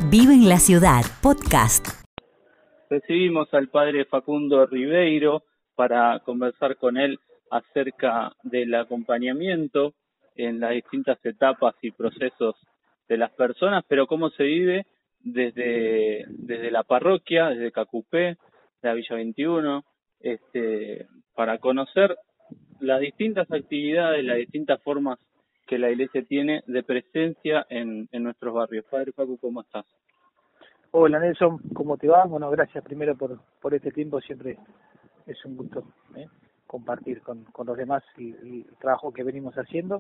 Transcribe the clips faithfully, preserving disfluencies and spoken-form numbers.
Vive en la Ciudad, podcast. Recibimos al padre Facundo Ribeiro para conversar con él acerca del acompañamiento en las distintas etapas y procesos de las personas, pero cómo se vive desde, desde la parroquia, desde Cacupé, la Villa veintiuno, este, para conocer las distintas actividades, las distintas formas que la Iglesia tiene de presencia en, en nuestros barrios. Padre Facu, ¿cómo estás? Hola Nelson, ¿cómo te va? Bueno, gracias primero por, por este tiempo, siempre es un gusto ¿eh? compartir con, con los demás el, el trabajo que venimos haciendo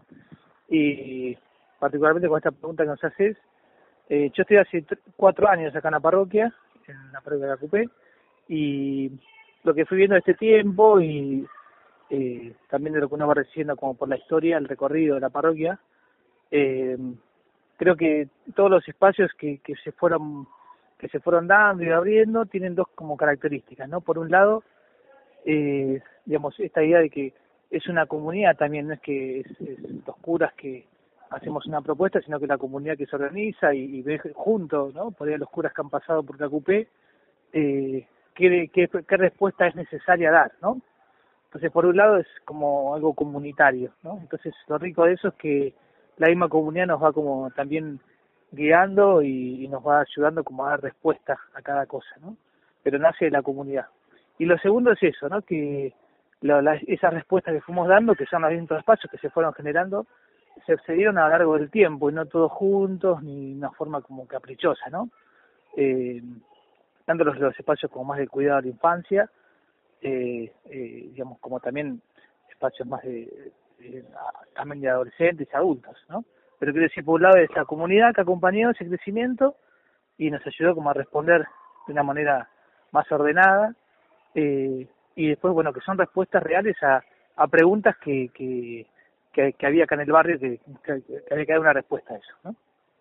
y particularmente con esta pregunta que nos haces. Eh, yo estoy hace t- cuatro años acá en la parroquia, en la parroquia de Cacupé, y lo que fui viendo este tiempo y eh, también de lo que uno va recibiendo como por la historia, el recorrido de la parroquia, eh, creo que todos los espacios que, que se fueron que se fueron dando y abriendo tienen dos como características, ¿no? Por un lado, eh, digamos, esta idea de que es una comunidad también, no es que es, es los curas que hacemos una propuesta, sino que la comunidad que se organiza y, y ve juntos, ¿no? Por ahí los curas que han pasado por Cacupé, eh, qué, qué, qué respuesta es necesaria dar, ¿no? Entonces, por un lado es como algo comunitario, ¿no? Entonces, lo rico de eso es que la misma comunidad nos va como también guiando y, y nos va ayudando como a dar respuesta a cada cosa, ¿no? Pero nace de la comunidad. Y lo segundo es eso, ¿no? Que la, la, esas respuestas que fuimos dando, que son los distintos espacios que se fueron generando, se, se dieron a lo largo del tiempo y no todos juntos ni de una forma como caprichosa, ¿no? Eh, dando los, los espacios como más de cuidado de la infancia, eh, eh, digamos como también espacios más de, de, de también de adolescentes y adultos, ¿no? Pero quiero decir, por un lado es la comunidad que acompañó ese crecimiento y nos ayudó como a responder de una manera más ordenada, eh, y después, bueno, que son respuestas reales a, a preguntas que, que, que, que había acá en el barrio, que, que, que había que dar una respuesta a eso, ¿no?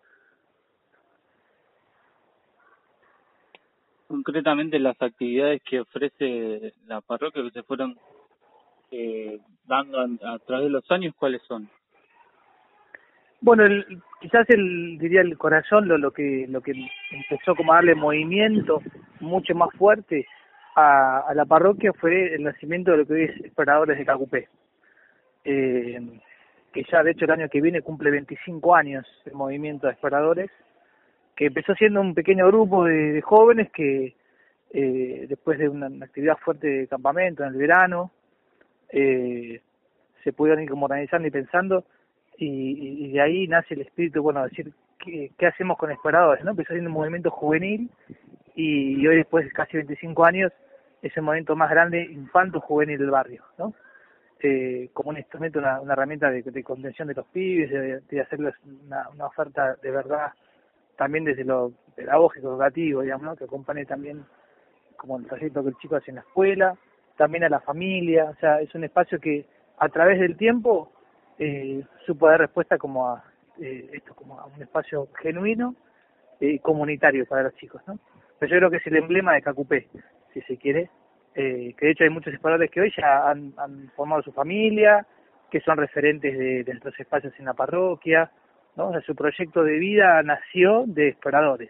Concretamente, las actividades que ofrece la parroquia que se fueron eh, dando a, a través de los años, ¿cuáles son? Bueno, el, quizás el diría el corazón, lo, lo que lo que empezó como a darle movimiento mucho más fuerte a, a la parroquia fue el nacimiento de lo que hoy es Esperadores de Cacupé, eh, que ya de hecho el año que viene cumple veinticinco años el movimiento de Esperadores, que empezó siendo un pequeño grupo de, de jóvenes que eh, después de una, una actividad fuerte de campamento en el verano, eh, se pudieron ir como organizando y pensando. Y, y de ahí nace el espíritu, bueno, decir, ¿qué, qué hacemos con Esperadores? ¿No? Empezó siendo un movimiento juvenil y, y hoy, después de casi veinticinco años, es el movimiento más grande infanto-juvenil del barrio, ¿no? Eh, como un instrumento, una, una herramienta de, de contención de los pibes, de, de hacerles una, una oferta de verdad, también desde lo pedagógico, educativo, digamos, ¿no? Que acompañe también como el trayecto que el chico hace en la escuela, también a la familia, o sea, es un espacio que a través del tiempo Eh, supo dar respuesta como a eh, esto, como a un espacio genuino y eh, comunitario para los chicos, ¿no? Pero yo creo que es el emblema de Cacupé, si se quiere, eh, que de hecho hay muchos esperadores que hoy ya han, han formado su familia, que son referentes de, de nuestros espacios en la parroquia, ¿no? O sea, su proyecto de vida nació de esperadores.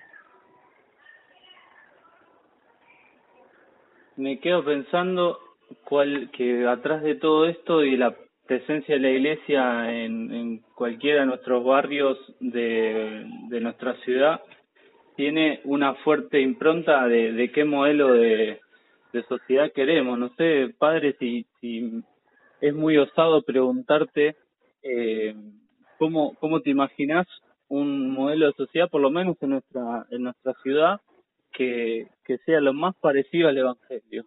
Me quedo pensando cuál que atrás de todo esto y la presencia de la Iglesia en, en cualquiera de nuestros barrios de, de nuestra ciudad tiene una fuerte impronta de, de qué modelo de, de sociedad queremos. No sé, padre, si, si es muy osado preguntarte eh, cómo cómo te imaginás un modelo de sociedad, por lo menos en nuestra en nuestra ciudad, que, que sea lo más parecido al Evangelio.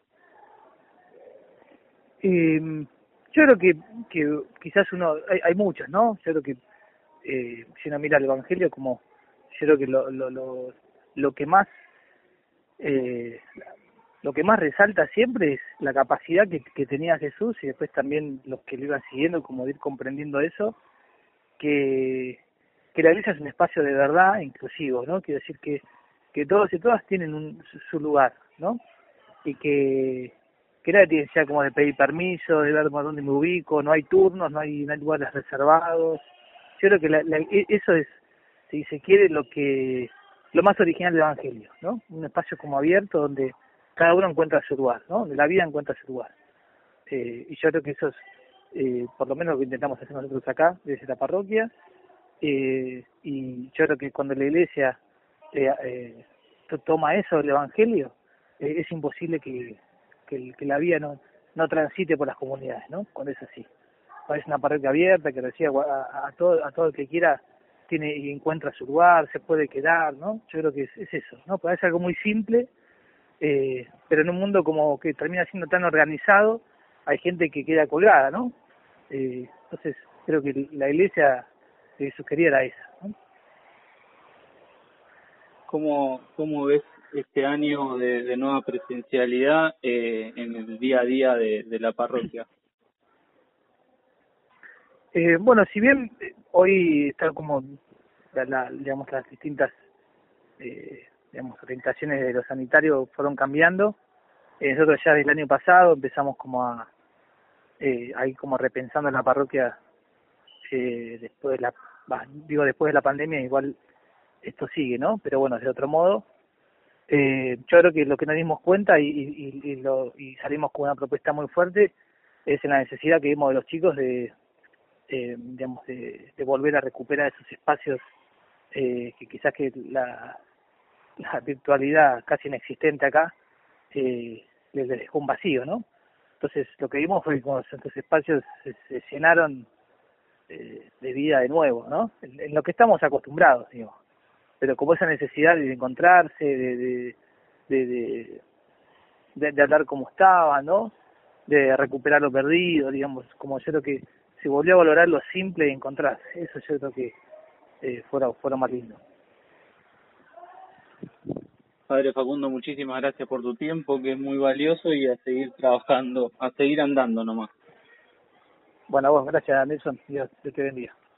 Eh, yo creo que, que quizás uno, hay, hay muchos, ¿no? Yo creo que eh, si uno mira el Evangelio, como yo creo que lo, lo, lo, lo que más eh, lo que más resalta siempre es la capacidad que, que tenía Jesús y después también los que lo iban siguiendo, como de ir comprendiendo eso, que, que la iglesia es un espacio de verdad inclusivo, ¿no? Quiero decir que, que todos y todas tienen un, su, su lugar, ¿no? Y que que nadie tiene necesidad como de pedir permiso, de ver dónde me ubico, no hay turnos, no hay, no hay lugares reservados. Yo creo que la, la, eso es, si se quiere, lo que lo más original del Evangelio, ¿no? Un espacio como abierto donde cada uno encuentra su lugar, ¿no? Donde la vida encuentra su lugar. Eh, y yo creo que eso es, eh, por lo menos lo que intentamos hacer nosotros acá, desde la parroquia, eh, y yo creo que cuando la Iglesia eh, eh, toma eso del Evangelio, eh, es imposible que, que, que la vida no, no transite por las comunidades, ¿no? Cuando es así. Cuando es una parroquia abierta que recibe a, a, todo, a todo el que quiera, tiene y encuentra su lugar, se puede quedar, ¿no? Yo creo que es, es eso, ¿no? Parece algo muy simple, eh, pero en un mundo como que termina siendo tan organizado, hay gente que queda colgada, ¿no? Eh, entonces, creo que la Iglesia que sugería era esa, ¿no? ¿Cómo, cómo ves este año de, de nueva presencialidad eh, en el día a día de, de la parroquia? Eh, bueno, si bien eh, hoy están como, la, la, digamos, las distintas eh, digamos, orientaciones de los sanitarios fueron cambiando, eh, nosotros ya desde el año pasado empezamos como a, eh, ahí como repensando en la parroquia, eh, después de la, bah, digo después de la pandemia, igual esto sigue, ¿no? Pero bueno, de otro modo. Eh, yo creo que lo que nos dimos cuenta y, y, y, lo, y salimos con una propuesta muy fuerte es en la necesidad que vimos de los chicos de, eh, digamos, de, de volver a recuperar esos espacios eh, que quizás que la, la virtualidad casi inexistente acá eh, les dejó un vacío, ¿no? Entonces lo que vimos fue que cuando estos espacios se, se llenaron eh, de vida de nuevo, ¿no? En, en lo que estamos acostumbrados, digo. Pero como esa necesidad de encontrarse, de de, de, de, de, de hablar como estaba, ¿no? De recuperar lo perdido, digamos, como yo creo que se volvió a valorar lo simple y encontrarse. Eso yo creo que eh, fuera, fuera más lindo. Padre Facundo, muchísimas gracias por tu tiempo, que es muy valioso, y a seguir trabajando, a seguir andando nomás. Bueno, a vos, gracias Nelson, Dios te bendiga.